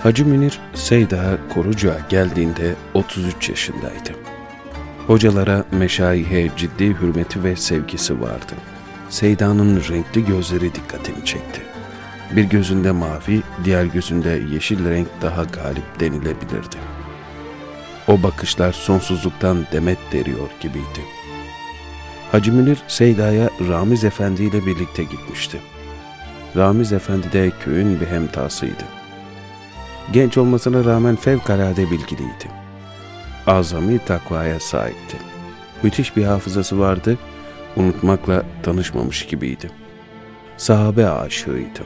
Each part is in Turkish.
Hacı Münir Seyda Korucu'ya geldiğinde 33 yaşındaydı. Hocalara, meşayihe ciddi hürmeti ve sevgisi vardı. Seyda'nın renkli gözleri dikkatini çekti. Bir gözünde mavi, diğer gözünde yeşil renk daha galip denilebilirdi. O bakışlar sonsuzluktan demet deriyor gibiydi. Hacı Münir Seyda'ya Ramiz Efendi ile birlikte gitmişti. Ramiz Efendi de köyün bir hemtasıydı. Genç olmasına rağmen fevkalade bilgiliydi. Azami takvaya sahipti. Müthiş bir hafızası vardı, unutmakla tanışmamış gibiydi. Sahabe aşığıydı.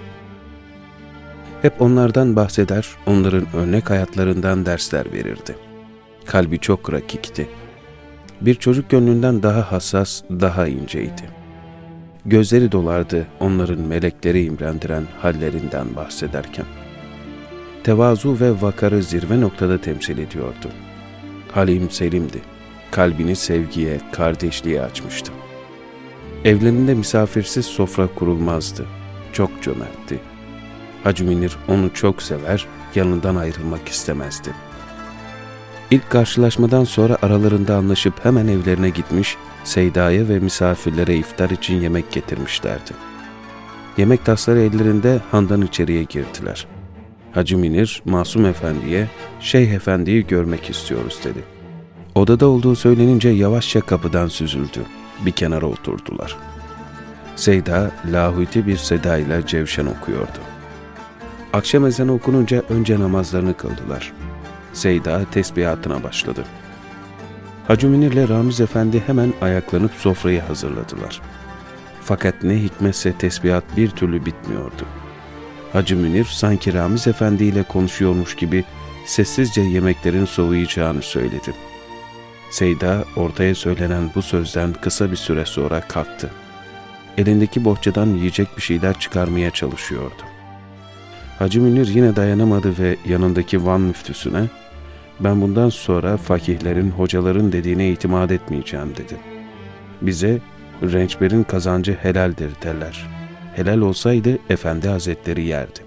Hep onlardan bahseder, onların örnek hayatlarından dersler verirdi. Kalbi çok rakikti. Bir çocuk gönlünden daha hassas, daha inceydi. Gözleri dolardı onların melekleri imrendiren hallerinden bahsederken. Tevazu ve vakarı zirve noktada temsil ediyordu. Halim Selim'di. Kalbini sevgiye, kardeşliğe açmıştı. Evlerinde misafirsiz sofra kurulmazdı. Çok cömertti. Hacı Münir onu çok sever, yanından ayrılmak istemezdi. İlk karşılaşmadan sonra aralarında anlaşıp hemen evlerine gitmiş, Seyda'ya ve misafirlere iftar için yemek getirmişlerdi. Yemek tasları ellerinde handan içeriye girdiler. Hacı Münir, Masum Efendi'ye, Şeyh Efendi'yi görmek istiyoruz dedi. Odada olduğu söylenince yavaşça kapıdan süzüldü. Bir kenara oturdular. Seyda, lahuti bir sedayla cevşen okuyordu. Akşam ezanı okununca önce namazlarını kıldılar. Seyda tesbihatına başladı. Hacı Münir'le Ramiz Efendi hemen ayaklanıp sofrayı hazırladılar. Fakat ne hikmetse tesbihat bir türlü bitmiyordu. Hacı Münir sanki Ramiz Efendi ile konuşuyormuş gibi sessizce yemeklerin soğuyacağını söyledi. Seyda ortaya söylenen bu sözden kısa bir süre sonra kalktı. Elindeki bohçadan yiyecek bir şeyler çıkarmaya çalışıyordu. Hacı Münir yine dayanamadı ve yanındaki Van müftüsüne, "Ben bundan sonra fakihlerin, hocaların dediğine itimat etmeyeceğim" dedi. "Bize rençberin kazancı helaldir derler. Helal olsaydı Efendi Hazretleri yerdi."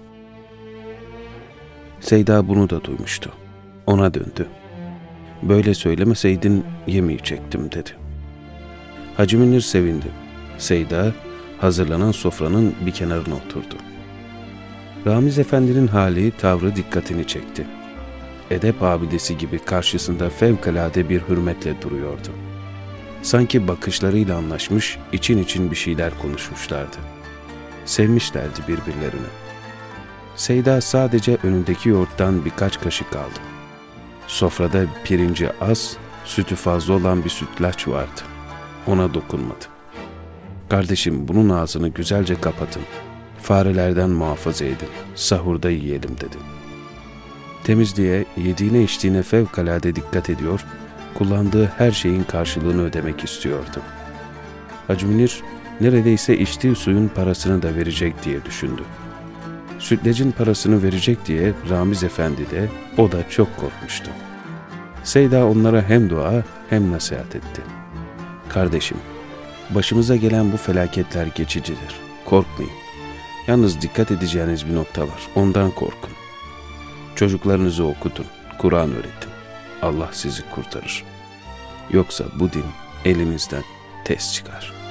Seyda bunu da duymuştu. Ona döndü. "Böyle söylemeseydin yemeyecektim" dedi. Hacı Münir sevindi. Seyda hazırlanan sofranın bir kenarına oturdu. Ramiz Efendi'nin hali, tavrı dikkatini çekti. Edep abidesi gibi karşısında fevkalade bir hürmetle duruyordu. Sanki bakışlarıyla anlaşmış, için için bir şeyler konuşmuşlardı. Sevmişlerdi birbirlerini. Seyda sadece önündeki yoğurttan birkaç kaşık aldı. Sofrada pirinci az, sütü fazla olan bir sütlaç vardı. Ona dokunmadı. "Kardeşim, bunun ağzını güzelce kapatın. Farelerden muhafaza edin. Sahurda yiyelim" dedi. Temizliğe, yediğine içtiğine fevkalade dikkat ediyor, kullandığı her şeyin karşılığını ödemek istiyordu. Hacı Münir neredeyse içtiği suyun parasını da verecek diye düşündü. Sütlacın parasını verecek diye Ramiz Efendi de, o da çok korkmuştu. Seyda onlara hem dua hem nasihat etti. "Kardeşim, başımıza gelen bu felaketler geçicidir. Korkmayın. Yalnız dikkat edeceğiniz bir nokta var. Ondan korkun. Çocuklarınızı okutun, Kur'an öğretin. Allah sizi kurtarır. Yoksa bu din elinizden tez çıkar."